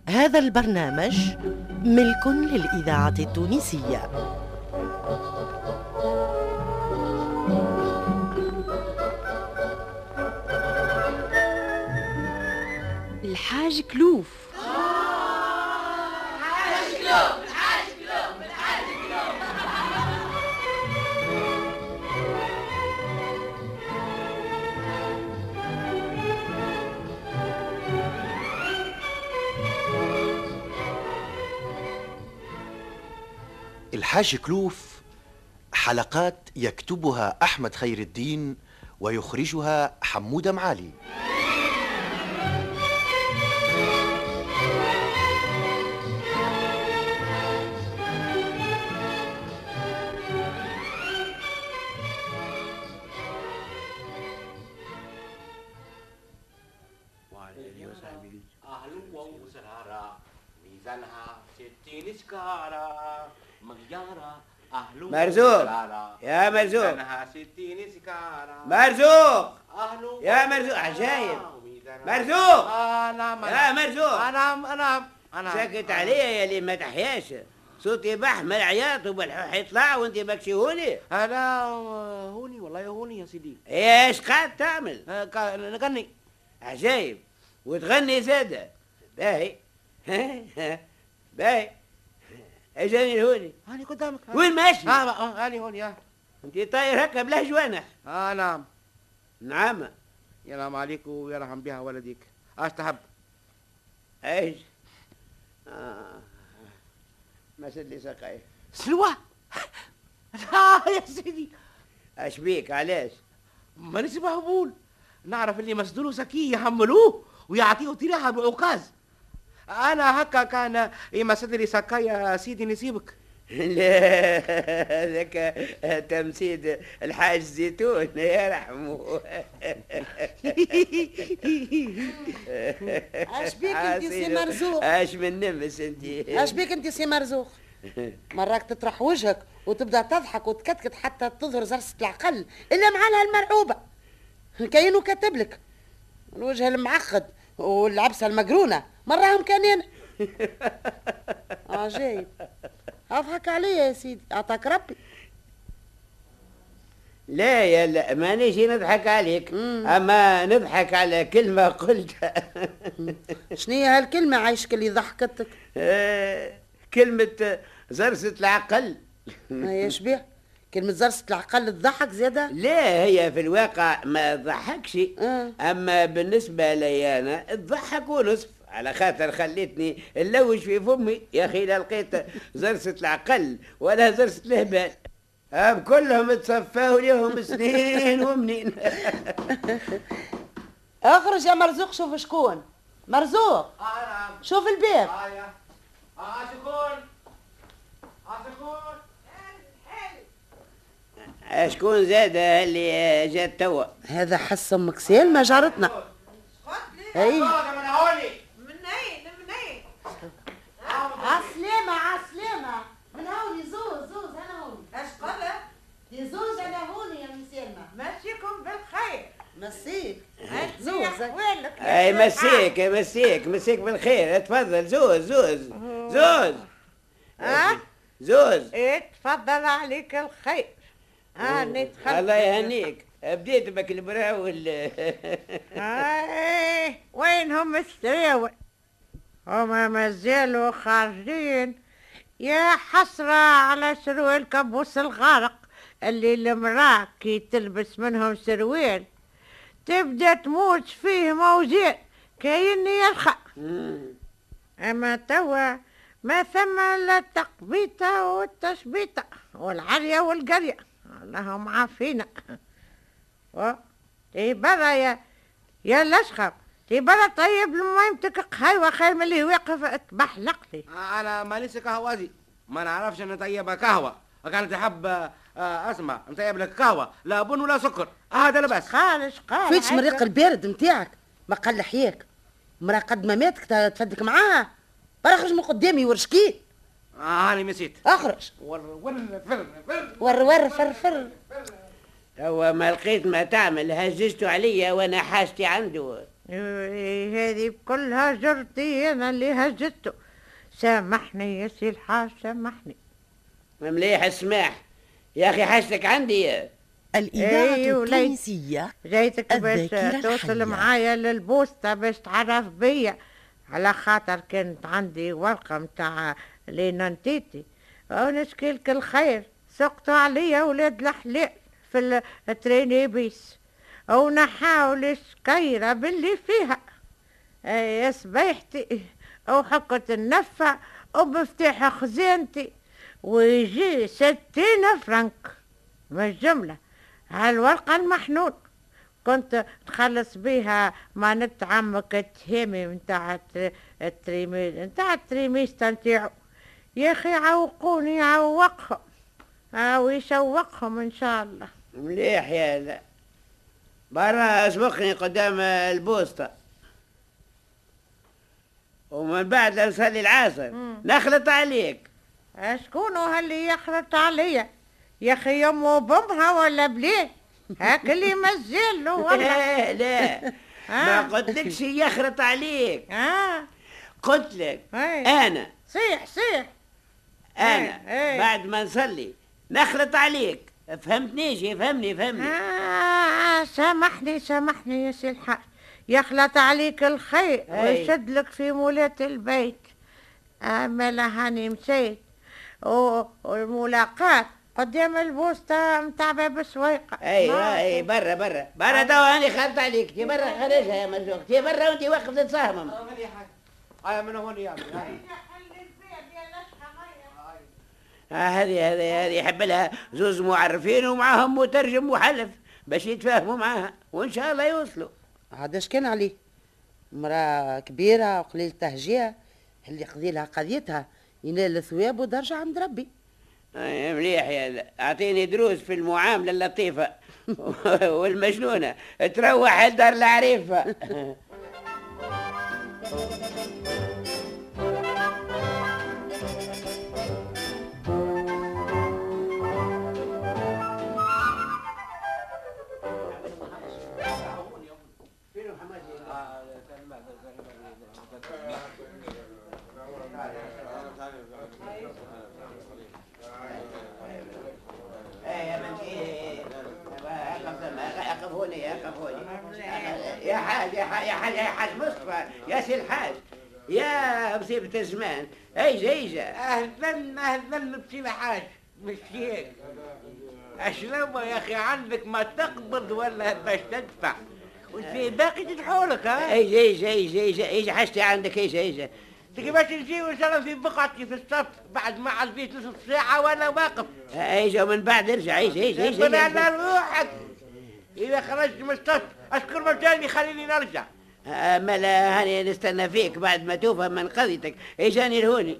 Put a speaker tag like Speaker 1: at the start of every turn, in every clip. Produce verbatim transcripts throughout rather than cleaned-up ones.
Speaker 1: هذا البرنامج ملك للإذاعة التونسية.
Speaker 2: الحاج كلوف.
Speaker 3: الحاج كلوف الحاج كلوف الحاج كلوف.
Speaker 4: الحاج كلوف حلقات يكتبها أحمد خير الدين ويخرجها حمودة معالي.
Speaker 5: أهلو وسهرة ميزانها ستين سكارة مغيارة. أهلو
Speaker 6: مرزوق يا مرزوق
Speaker 5: ميزانها ستين سكارة.
Speaker 6: مرزوق
Speaker 5: أهلو
Speaker 6: يا مرزوق عجايب. مرزوق
Speaker 5: أنا
Speaker 6: يا مرزوق
Speaker 5: أنا أنا أنا
Speaker 6: ساكت عليا يا اللي ما تحياش. صوتي بحمل عياط وبالحوح يطلع وانت ماكشي هوني.
Speaker 5: أنا هوني والله هوني يا سيدي.
Speaker 6: ايش قاعد تعمل؟
Speaker 5: نغني.
Speaker 6: عجايب وتغني زادة. باهي باهي اجاني هوني.
Speaker 5: أنا قدامك.
Speaker 6: وين ماشي؟
Speaker 5: ها أنا هوني. ها
Speaker 6: انت طاير هكا بلا جوانح.
Speaker 5: آه نعم.
Speaker 6: نعم.
Speaker 5: ينام عليك ويرحم بها ولديك. اش تحب؟
Speaker 6: ايش؟ آه. ما سد سقاي.
Speaker 5: سلوى. لا يا سيدي.
Speaker 6: اش بيك علاش؟
Speaker 5: مانيش مهبول. نعرف اللي مسدوله سكي يحملوه ويعطيه تريحة بعكاز. انا هكا كان يمسد لي سكايا سيدي نسيبك.
Speaker 6: لا هذاك تمسيد الحاج زيتون يا رحمو.
Speaker 7: اش بيك انت سي مرزوق؟
Speaker 6: اش من نمس انت؟
Speaker 7: اش بيك انت سي مرزوق؟ مراك تطرح وجهك وتبدا تضحك وتكتكت حتى تظهر زرسة العقل الا معالها المرعوبه. كاينو كاتب لك الوجه المعقد والعبسه المقرونه مراهم كانين. عجيب. اضحك عليا يا سيدي عطاك ربي.
Speaker 6: لا يا لا ما نجي نضحك عليك. مم. اما نضحك على كلمه قلتها.
Speaker 7: شنية هالكلمه عايشك اللي ضحكتك؟
Speaker 6: آه كلمه زرسة العقل.
Speaker 7: ايش بيه؟ كلمة زرسة العقل تضحك زيادة؟
Speaker 6: لا هي في الواقع ما تضحكش. آه. اما بالنسبه لي انا تضحك ونصف على خاطر خليتني نلوج في فمي. يا اخي لا لقيت زرسة العقل ولا زرسة الهبال. هم كلهم تصفاوا لهم سنين ومنين.
Speaker 7: اخرج يا مرزوق شوف شكون. مرزوق.
Speaker 5: اه نعم.
Speaker 7: شوف الباب.
Speaker 5: اه يا اه شكون اه شكون.
Speaker 6: شكون زاد اللي جات توا؟
Speaker 7: هذا حس امك سالمة جارتنا.
Speaker 5: اي
Speaker 7: من اين من اين؟ عسلامة عسلامة من هوني. زوز زوز انا هوني. اش قبل؟ دي زوز انا هوني يا ام سالمة. مسيكم بالخير. مسيك. زوز وينك؟
Speaker 6: اي مسيك مسيك مسيك بالخير. تفضل زوز زوز زوز.
Speaker 7: ها؟
Speaker 6: زوز.
Speaker 7: ايه تفضل عليك الخير. اه ندخل.
Speaker 6: الله يهنيك. بديت بك البراول.
Speaker 7: ايه وينهم السراوي؟ هما مازالوا خارجين. يا حسرة على سروال كابوس الغارق اللي المراه كي تلبس منهم سروال تبدا تموت فيه موجين كاين يرخى. اما توا ما ثم الا التقبيطه والتشبيطه والعريه والقريه. اللهم عافينا. و تي برا يا يا الاشخر تي برا طيب لميمتك قهوه خير من اللي واقف تبحلق لي.
Speaker 5: انا مانيش قهوجي ما نعرفش نطيب قهوه. كانت تحب اسمع نطيب لك قهوه لا بن ولا سكر. هذا لبس
Speaker 7: خالص قال فيتش من ريق البارد نتاعك. ما قال حياك مرا قد ما ماتك تفدك معاها. برا اخرج من قدامي ورشكي.
Speaker 5: آه أنا مسيت.
Speaker 7: اخرج.
Speaker 5: ور ور فر فر
Speaker 7: ور ور فر فر.
Speaker 6: هو ما لقيت ما تعمل هججته عليا وانا حاجتي عنده.
Speaker 7: هذه كلها جرتي انا اللي هجته. سامحني يا سي الحاج سامحني.
Speaker 6: مليح السماح يا اخي، حاجتك عندي.
Speaker 1: الإذاعة
Speaker 7: أيوة
Speaker 1: التونسية
Speaker 7: جايتك باش توصل معايا للبوسطة باش تعرف بيا، على خاطر كانت عندي ورقة متاع لينانتيتي ونشكيلك الخير. سقطوا عليا ولاد الحلال في الترينيبيس ونحاول السكيرة باللي فيها يا صبيحتي وحقة النفع ومفتاح خزانتي ويجي ستين فرنك من الجملة هالورقة المحنون. كنت تخلص بيها مانت عمك التهامي متاع التريميس متاع التريميس تنتيعو. يا اخي عوقوني عوقهم او يشوقهم ان شاء الله.
Speaker 6: مليح يا لا برا اسبقني قدام البوسطة ومن بعد نصلي العصر نخلط عليك.
Speaker 7: شكون هاللي يخلط عليا يا اخي؟ يمه بامها ولا بليه؟ هاك اللي مزال له والله.
Speaker 6: لا ما قلتلكش يخرط عليك.
Speaker 7: اه
Speaker 6: قلت لك
Speaker 7: هي.
Speaker 6: انا
Speaker 7: صيح صيح
Speaker 6: انا
Speaker 7: هي.
Speaker 6: بعد ما نصلي نخلط عليك. فهمتنيش؟ فهمني فهمني.
Speaker 7: آه سامحني سامحني يا سي الحاج، يخلط عليك الخير ويشد لك في مولات البيت. اما لهاني مشيت والملاقات قدام البوسطة متاع باب السويقة.
Speaker 6: ايوه اي برا برا برا توا هاني خلط عليك. تي برا خرجها يا مرزوق، تي برا وانت واقف تتصاهمم.
Speaker 5: هاي من هون يا
Speaker 6: هذه هذه هذه يحب لها زوز معرفين ومعاهم مترجم محلف باش يتفاهموا معاها وان شاء الله يوصلوا.
Speaker 8: هذا شكان عليه؟ مرأة كبيرة وقليل تهجية اللي يقضي لها قضيتها ينال الثواب ودرجة عند ربي.
Speaker 6: أي مليح يا اعطيني دروس في المعاملة اللطيفة والمجنونة تروح الدار العريفة. يا حاج يا حاج يا حاج يا حاج مصطفى يا سي الحاج يا مصيبة الزمان. ايجا ايجا.
Speaker 5: اهلا اهلا بسي الحاج مشيك. اشربوا يا اخي عندك ما تقبض ولا باش تدفع وفي باقي تدحولك. ها
Speaker 6: ايجا ايجا ايجا ايجا ايجا حاجتي عندك. ايجا ايجا
Speaker 5: كيفاش نجي وان شاء الله في بقعتي في الصف بعد ما عزبيت نصف ساعة وانا واقف.
Speaker 6: ايجا ومن بعد ارجع. ايجا ايجا ايجا
Speaker 5: على روحك. اذا خرجت من الصف اشكر مجالي خليني نرجع.
Speaker 6: اما لا هاني نستنى فيك بعد ما توفى من قضيتك. اجاني الهوني.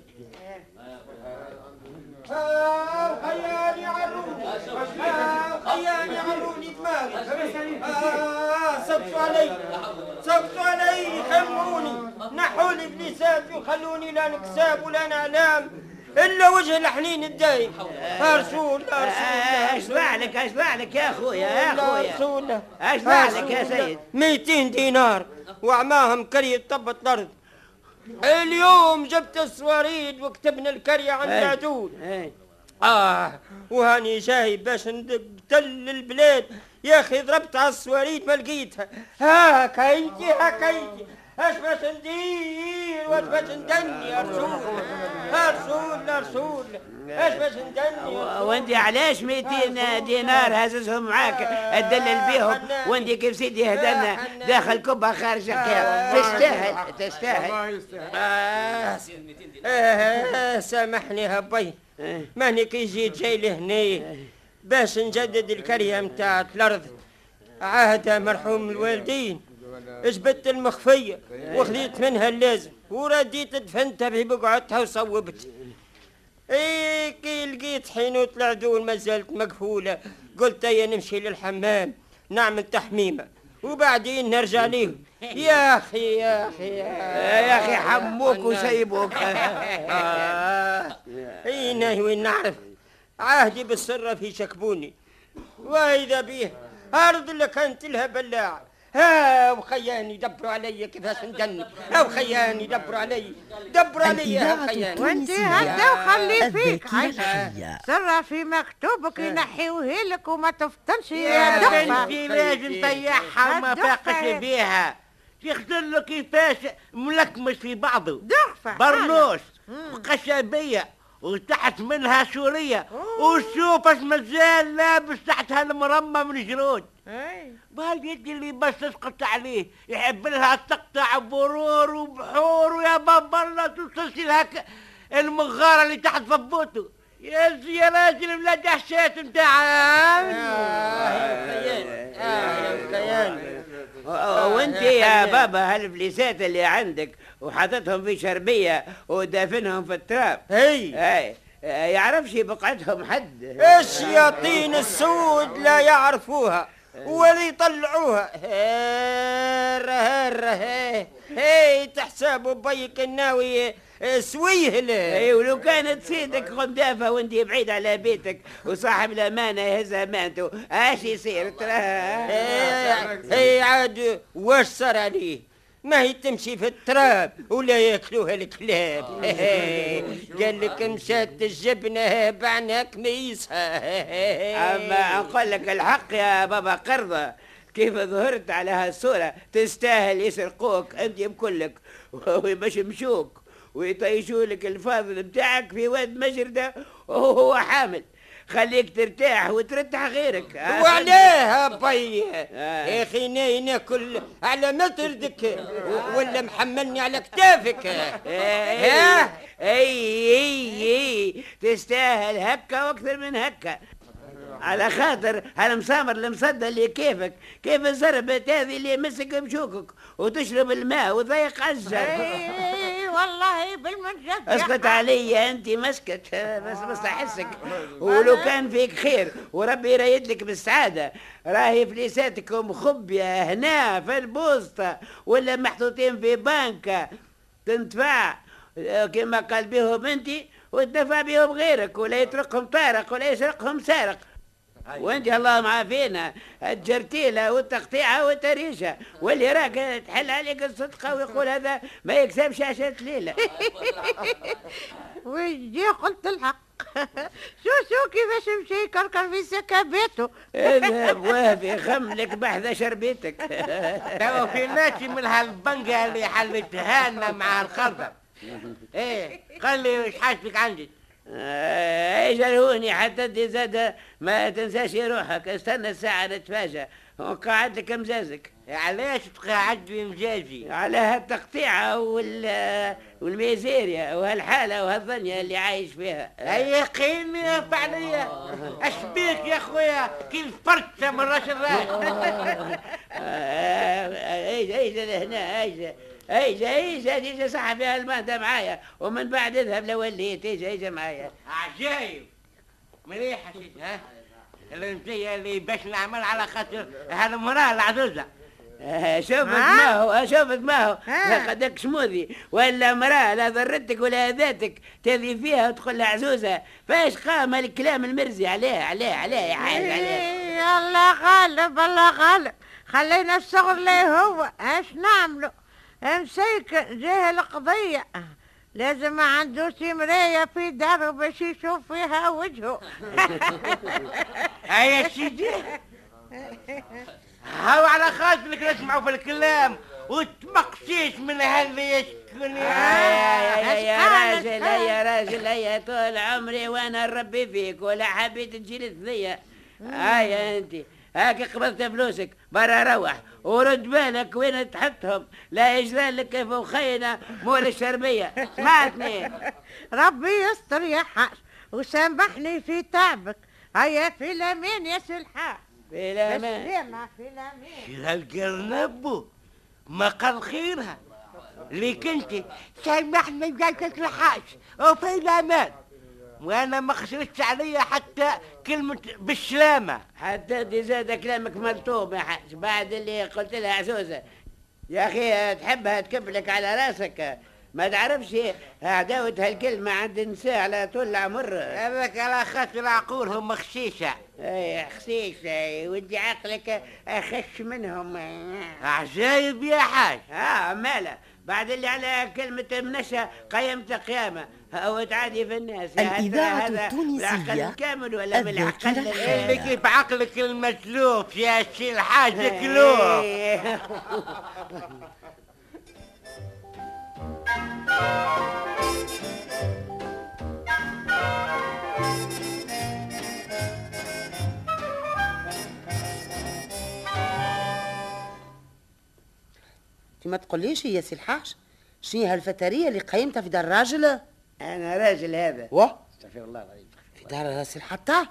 Speaker 9: خياني عروني خياني عروني دماغي. صبتوا علي صبتوا علي خموني نحولي بلساتي وخلوني لا نكساب ولا نعلام الا وجه الحنين الدايم. يا رسول يا رسول
Speaker 6: اشبع لك اشبع لك يا اخويا يا اخويا
Speaker 9: رسول
Speaker 6: اشبع لك يا سيد.
Speaker 9: مئتين دينار وعماهم كريه طبت الارض. اليوم جبت الصواريد وكتبنا الكريه عند العدول. اه وهاني جاي باش ندق تل البلاد يا اخي ضربت على الصواريد ما لقيتها. هاك انت هاك انت اش باش ندير واش باش ندني يا رسول يا رسول يا رسول اش باش ندني.
Speaker 6: وانت علاش مئتين دينار هززهم معاك تدلل بيهم وانت كيف سيدي هدنا داخل كبه خارج القيام. تستاهل تستاهل.
Speaker 9: آه, آه سامحني هبي ماني كي جيت جاي لهنا باش نجدد الكريه متاعت الارض. عهد مرحوم الوالدين جبت المخفيه وخذيت منها اللازم ورديت دفنتها ببقعتها وصوبت. ايه كي لقيت حينوت العدول ما زالت مقفوله قلت يا نمشي للحمام نعمل تحميمه وبعدين نرجع ليه. يا اخي يا اخي
Speaker 6: يا اخي حموك وسيبوك.
Speaker 9: آه اين وين نعرف عهدي بالسره في شكبوني واذا بيه ارض اللي كانت لها بلاع ها وخياني يدبروا علي كيفاش نجني، ها وخياني يدبروا علي، دبروا علي ها خياني.
Speaker 7: وانت هدا وخلي فيك
Speaker 1: الذكية.
Speaker 7: سرها في مكتوبك ينحيوه لك وما تفطنش يا دفة.
Speaker 5: بنتي لازم تريحها وما فاقش بيها. يخسر له كيفاش ملكمش في بعضه.
Speaker 7: دغفة
Speaker 5: برنوس وقشابية وتحت منها سورية، وشوف اش مازال لابس تحتها المرمى من جرود. بهاليد اللي بس تسقط عليه يحب لها تقطع برور وبحور ويا بابا الله توصلش لها المغارة اللي تحت فبوته. يا زي يا راجل ولا دهشات نتاع.
Speaker 6: وانت يا بابا هالفليسات اللي عندك وحاططهم في شربية ودافنهم في التراب،
Speaker 9: هي
Speaker 6: اي يعرفش بقعتهم حد.
Speaker 9: الشياطين السود لا يعرفوها ولا يطلعوها. هر هر هي هي تحسبوا بيك الناوي سويه له.
Speaker 6: اي ولو كانت سيدك غندافة وانت بعيد على بيتك وصاحب الامانة يهز امانته اش يصير ترى؟
Speaker 9: هي عاد واش صار عليه؟ ما هي تمشي في التراب ولا ياكلوها الكلاب. قال لك مشات الجبنه بعناك ميسها.
Speaker 6: اما اقول لك الحق يا بابا قرضة، كيف ظهرت على هالصورة تستاهل يسرقوك انت بكلك ويمشمشوك ويطيشوا لك الفاضل بتاعك في واد مجردة وهو حامل. خليك ترتاح وترتاح غيرك.
Speaker 9: وعلاه بي يا اخي ناي ناكل على متردك ولا محملني على كتافك.
Speaker 6: اي اي اي تستاهل هكا واكثر من هكا، على خاطر هالمسامر المصدى اللي كيفك كيف الزربت هذه اللي يمسك بشوكك وتشرب الماء وضيق عزة.
Speaker 7: اي والله بالمنجد.
Speaker 6: اسكت علي انت مسكت بس بس احسك. ولو كان فيك خير وربي يريد لك بالسعاده راهي فليساتكم خبيه هنا في البوسطه ولا محطوطين في بنكه تنتفع كما قال بهم انت وتدفع بهم غيرك، ولا يتركهم طارق ولا يسرقهم سارق. وانت اللهم عافينا الجرتيله والتقطيعه والتريشه واللي راك تحل عليك الصدقه ويقول هذا ما يكسبش عشان ليله.
Speaker 7: ويجي قلت الحق. شو شو كيفاش مشي يكركر في سكة بيته.
Speaker 6: اذهب وافي خملك بحذا شربيتك.
Speaker 5: تو في ناتي من هالبنقة اللي حلتها لنا مع الخردة. ايه قال لي ايش حاجتك عندي؟
Speaker 6: اي جرهوني حتى انت زاد ما تنساش روحك. استنى الساعة نتفاجأ وقعد لك مزازك.
Speaker 5: علاش تقعد لي مزازي؟
Speaker 6: على هالتقطيعة وال والميزيريا وهالحالة وهالظنيا اللي عايش فيها.
Speaker 5: اي قيني عليا. اش بيك يا خويا كيف فرشة من راس الراس.
Speaker 6: ايجا ايجا لهنا ايجا ايجا ايجا ايجا صاحبي هالمهدة معايا ومن بعد اذهب لوليت. ايجا ايجا معايا.
Speaker 5: عجايب مليحة سيدي. ها الانتية اللي باش نعمل على خاطر هالمرأة العزوزة.
Speaker 6: شوفت ما هو شوفت ما هو قدك شموذي ولا مرأة لا ضرتك ولا اذاتك تذي فيها وتقول لها عزوزة. فايش قام الكلام المرزي عليه عليه عليه يا حاج عليه.
Speaker 7: الله غالب الله غالب. خلينا الشغل ليه هو ايش نعمله. مسيك جاه القضية لازم ما عندوش مراية في داره باش يشوف فيها وجهه.
Speaker 5: هيا سيدي هاو على خاطرك نسمعوا في الكلام وتمقسيش من هاللي يشكني.
Speaker 6: يا يا راجل يا راجل يا طول عمري وانا نربي فيك ولا حبيت تجي للثية. هيا انت هاك قبضت فلوسك برا روح ورد بالك وين تحطهم لا يجرى لك كيف وخينا مول الشربية. سمعتني؟
Speaker 7: ربي يستر يا حاج وسامحني في تعبك. هيا في الأمان يا سلحان.
Speaker 6: في الأمان
Speaker 7: في الأمان.
Speaker 5: شو هالقرنبو ما قال خيرها اللي كنتي سامحني جاتك الحاج وفي الأمان وانا ما خسرتش عليا حتى كلمة بالسلامة.
Speaker 6: حتى دي زاد كلامك ملطوب يا حاج بعد اللي قلت لها عزوزة. يا اخي تحبها تكبلك على راسك ما تعرفش عداوة هالكلمة عند النساء على طول عمر.
Speaker 5: هذاك على خاطر عقولهم خشيشة.
Speaker 6: اي خشيشة ودي عقلك اخش منهم.
Speaker 5: عجايب يا حاج.
Speaker 6: اه ماله بعد اللي على كلمة منشا قيمت قيامة هو تعادي في الناس.
Speaker 1: الإذاعة التونسية
Speaker 6: بالعقل كامل ولا بالعقل
Speaker 5: اللي كيف عقلك المسلوف يا سي الحاج كلوف.
Speaker 8: ما تقوليش يا سي الحاج شنو هالفترية اللي قيمتها في دار الراجل؟
Speaker 6: انا راجل هذا.
Speaker 8: و
Speaker 6: استغفر الله العظيم.
Speaker 8: في دار سي الحطاب.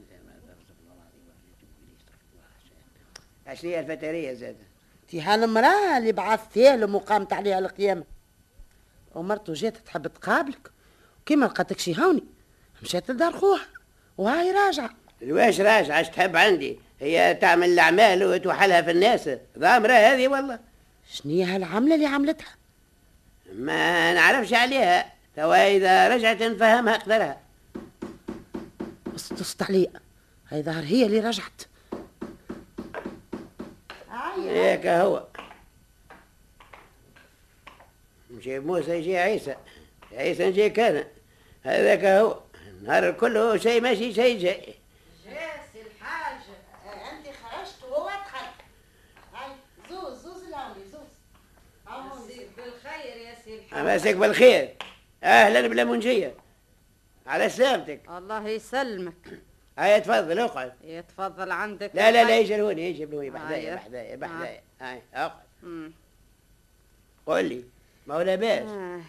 Speaker 6: شنو هي الفترية زاد؟
Speaker 8: تي هالمرأة اللي بعثتها له وقامت عليها القيامة ومرته جات تحب تقابلك وكيما لقاتكش هوني مشات لدار خوها وهاي راجعة.
Speaker 6: واش راجعة اش تحب عندي؟ هي تعمل الأعمال وتوحلها في الناس ضامرة هذه والله.
Speaker 8: شنية هالعملة اللي عملتها؟
Speaker 6: ما نعرفش عليها توا إذا رجعت نفهمها قدرها.
Speaker 8: استصت عليا هاي ظهر هي اللي رجعت.
Speaker 6: هيك هو مشي موسى يجي عيسى عيسى نجي كان هذاك هو النهار كله شيء ماشي شيء جاي.
Speaker 8: جاسي الحاج انت خرجت وهو دخل. هاي زوز زوز الهوني زوز.
Speaker 7: مسيك بالخير يا سي الحاج.
Speaker 6: مسيك بالخير اهلا بلا منجيه على سلامتك.
Speaker 7: الله يسلمك.
Speaker 6: هيا تفضل اقعد.
Speaker 7: يتفضل عندك.
Speaker 6: لا لا لا يجي لهوني يجي لهوني بحذايا بحذايا بحذايا. هاي اقعد. قول لي ما هو لاباس.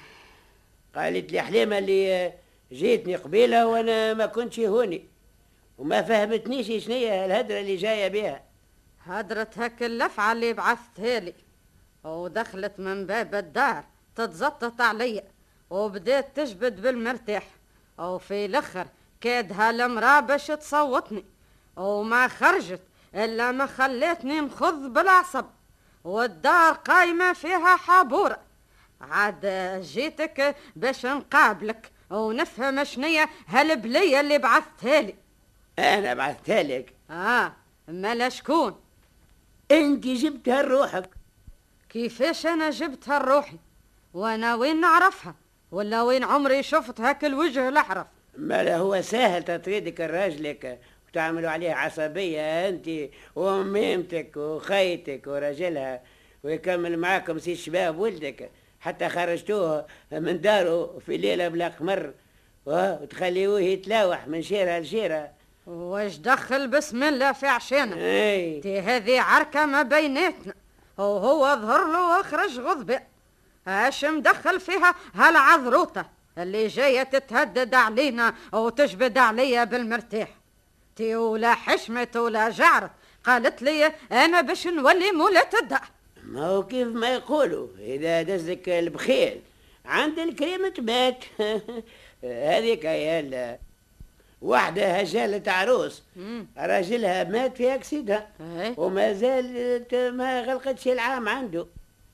Speaker 6: قالت لي حليمه اللي جيتني قبيله وانا ما كنتش هوني وما فهمتنيش شنية الهدره اللي جايه بها.
Speaker 7: هدرة هك اللفعه اللي بعثتها لي ودخلت من باب الدار تتزطط عليا وبدات تجبد بالمرتاح وفي الاخر كاد هالمراه باش تصوتني وما خرجت الا ما خلتني نخض بالعصب والدار قايمه فيها حابوره. عاد جيتك باش نقابلك ونفهم شنية هالبلية اللي بعثتها لي.
Speaker 6: انا بعثتها لك؟
Speaker 7: اه مالا شكون؟
Speaker 6: انت جبتها لروحك.
Speaker 7: كيفاش انا جبتها لروحي وانا وين نعرفها ولا وين عمري شفت هاك الوجه الاحرف؟
Speaker 6: مالا هو سهل تطريدك الراجلك وتعملوا عليه عصبية انت وميمتك وخيتك وراجلها ويكمل معاكم سي الشباب ولدك حتى خرجتوه من داره في ليلة بلا قمر وتخليوه يتلاوح من شيرة لشيرة.
Speaker 7: واش دخل بسم الله في عشانه؟
Speaker 6: اي
Speaker 7: تي هذه عركة ما بيناتنا وهو ظهر له واخرج غضبان. اش مدخل فيها هالعذروطة اللي جاية تتهدد علينا وتجبد عليا بالمرتاح؟ تي ولا حشمت ولا جعرت قالت لي انا باش نولي مولة الدار.
Speaker 6: ما هو كيف ما يقولوا إذا دزك البخيل عند الكريم تبات. هذيك هي واحدة هجالة عروس راجلها مات في أكسيدا وما زالت ما غلقتش العام عنده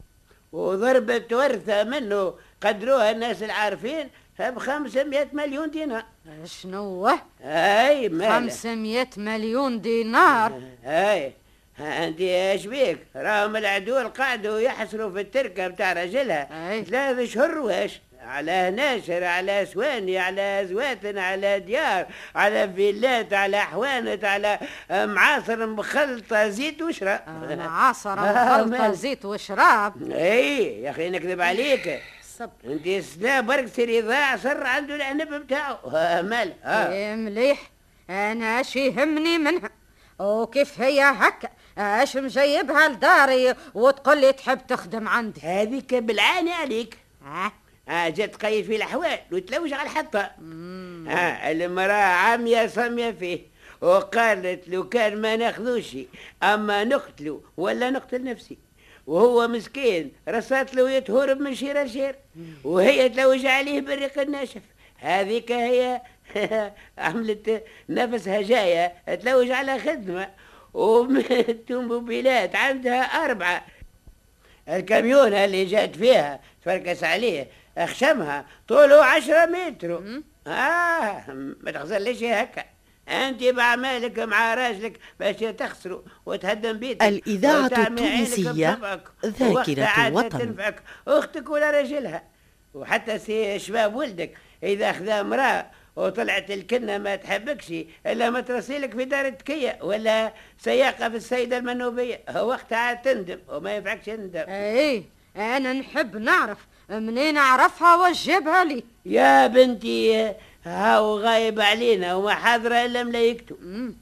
Speaker 6: وضربت ورثة منه قدروها الناس العارفين بخمسمائة مليون دينار.
Speaker 7: شنو؟
Speaker 6: اي مالا
Speaker 7: خمسمائة مليون دينار؟
Speaker 6: اي عندي ايش بيك راهم العدول قعدوا يحصروا في التركه بتاع رجلها ثلاث شهور واش على ناشر على سواني على زواتن على ديار على فيلات على حوانت على معاصر مخلطه زيت وشراب.
Speaker 7: آه معاصر مخلطه زيت وشراب؟
Speaker 6: اي يا اخي نكذب عليك انت السنة برك سيري ضاع صر عنده العنب بتاعه. مال
Speaker 7: اه مليح انا اش يهمني منها وكيف هي هكا اش مجيبها لداري وتقول لي تحب تخدم عندي؟
Speaker 6: هذيك بالعاني عليك. اه, آه جات تقيد في الاحوال وتلوج على الحطه. اه المراه عاميه صاميه فيه وقالت لو كان ما ناخذوش اما نقتلو ولا نقتل نفسي وهو مسكين رصات له يتهرب من شير لشير وهي تلوج عليه بالريق الناشف. هذيك هي عملت نفسها جايه تلوج على خدمه وموبيلات عندها أربعة. الكاميون اللي جات فيها تفركس عليه أخشمها طوله عشرة متر. آه ما تخسرليش هكا، أنت بعمالك مع راجلك باش تخسروا وتهدم بيتك.
Speaker 1: الإذاعة التونسية ذاكرة الوطن.
Speaker 6: تنفعك أختك ولا راجلها، وحتى سي شباب ولدك إذا أخذا امرأة وطلعت الكنة ما تحبكش إلا ما ترسيلك في دار التكية ولا سياقة في السيدة المنوبية، وقتها تندم وما ينفعكش تندم.
Speaker 7: ايه انا نحب نعرف منين اعرفها وجبها لي.
Speaker 6: يا بنتي هاو غايب علينا وما حاضرة إلا ملايكته.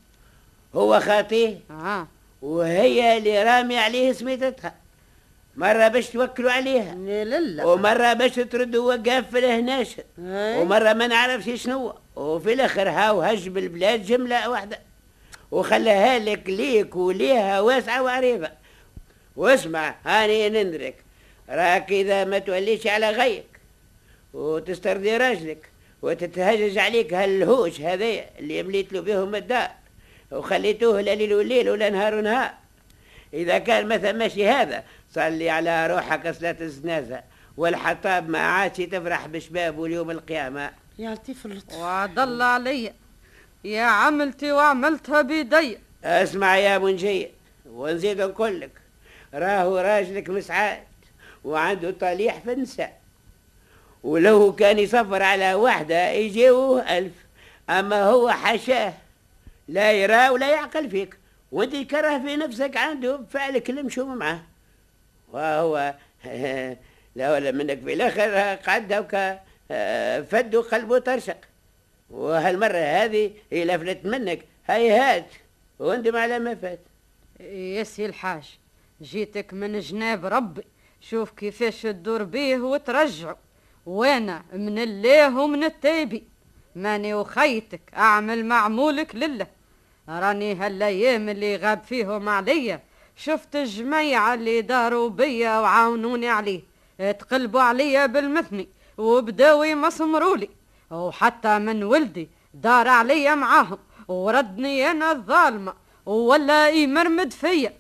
Speaker 6: هو خاطيه
Speaker 7: آه.
Speaker 6: وهي اللي رامي عليه سميتتها، مرة باش توكلوا عليها
Speaker 8: لا
Speaker 6: ومرة باش تردوا وقاف في الهناشة ومرة ما نعرفش شنو، وفي الآخر هاو هج بالبلاد جملة واحدة وخلاها لك ليك وليها واسعة وعريضة. واسمع هاني نندرك، راك إذا ما توليش على غيك وتسترضي راجلك وتتهجج عليك هالهوش هذايا اللي مليت له بهم الدار وخليتوه لا ليل وليل ولا نهار ونهار، إذا كان مثلا ماشي هذا صلي على روحك صلاة الجنازة والحطاب ما عادش تفرح بشباب واليوم القيامة.
Speaker 8: يا لطيف اللطف.
Speaker 7: وعد الله عليا يا عملتي وعملتها بيدي.
Speaker 6: اسمع يا منجية ونزيد نقول لك، راهو راجلك مسعاد وعنده طليح في النساء، ولو كان يسفر على واحدة يجيوه ألف، أما هو حشاه لا يرى ولا يعقل فيك وانت تكره في نفسك عنده بفعلك المشوم معه، وهو لا ولا منك في الاخر قعد هكا فد وقلبه طرشق، وهالمرة هذه هي لفلت منك هيهات واندم على ما فات.
Speaker 7: يا سي الحاج جيتك من جناب ربي، شوف كيفاش تدور بيه وترجعه، وانا من الله ومن التايبي ماني وخيتك اعمل معمولك لله. راني هالايام اللي غاب فيهم عليا شفت الجميع اللي داروا بيا وعاونوني عليه تقلبوا عليا بالمثني وبداو يمسمرولي، وحتى من ولدي دار عليا معاهم وردني انا الظالمه ولا يمرمد فيا.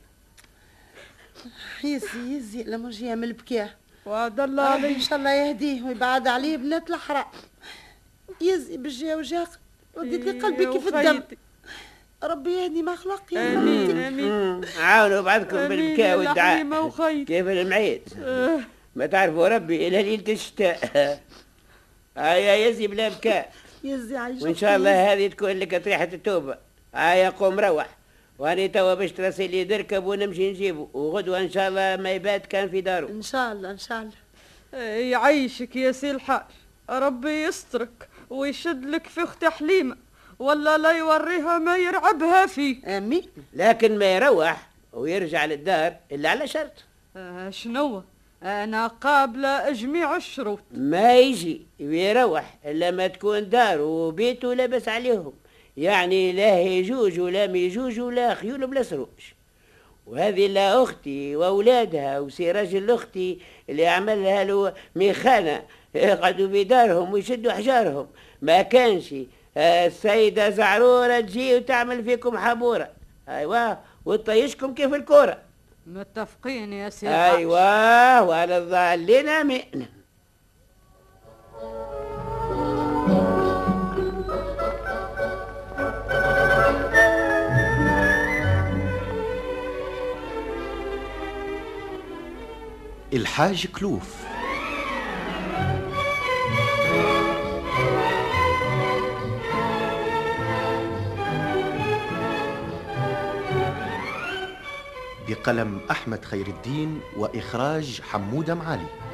Speaker 8: يزي يزي لما جي يعمل بكاه
Speaker 7: وعد الله عليه
Speaker 8: ان شاء الله يهديه ويبعد عليه بنات الحرام. يزي بالجا وجاق وديت لي قلبي كيف الدم. ربي يهدي ما خلق يا
Speaker 7: امين امين.
Speaker 6: عاونوا بعضكم بالبكاء والدعاء كيف المعيد
Speaker 7: أه.
Speaker 6: ما تعرفوا ربي الى ليله الشتاء. هيا يزي بلا بكاء
Speaker 8: يزي عايش
Speaker 6: وان شاء الله هذه تكون لك طريحه التوبه. هيا قوم روح واني توا باش ترسلي دركب ونمشي نجيبه، وغدوه ان شاء الله ما يبات كان في داره.
Speaker 8: ان شاء الله ان شاء الله.
Speaker 7: يعيشك يا سي الحاج، ربي يسترك ويشد لك في اختي حليمه ولا لا يوريها ما يرعبها فيه.
Speaker 8: امين.
Speaker 6: لكن ما يروح ويرجع للدار الا على شرط.
Speaker 7: آه شنو؟ انا قابله جميع الشروط.
Speaker 6: ما يجي ويروح الا ما تكون دار وبيته لابس عليهم، يعني لا يجوج ولا ميجوج ولا خيول بلا سروج. وهذه لا اختي واولادها وسي راجل اختي اللي عملها له ميخانه يقعدوا في دارهم ويشدوا حجارهم، ما كانش السيدة زعرورة تجي وتعمل فيكم حبورة ايوه وتطيشكم كيف الكورة.
Speaker 7: متفقين يا سي
Speaker 6: ايوه وعلى الضالين امين.
Speaker 4: الحاج كلوف. بقلم أحمد خير الدين وإخراج حمودة معالي.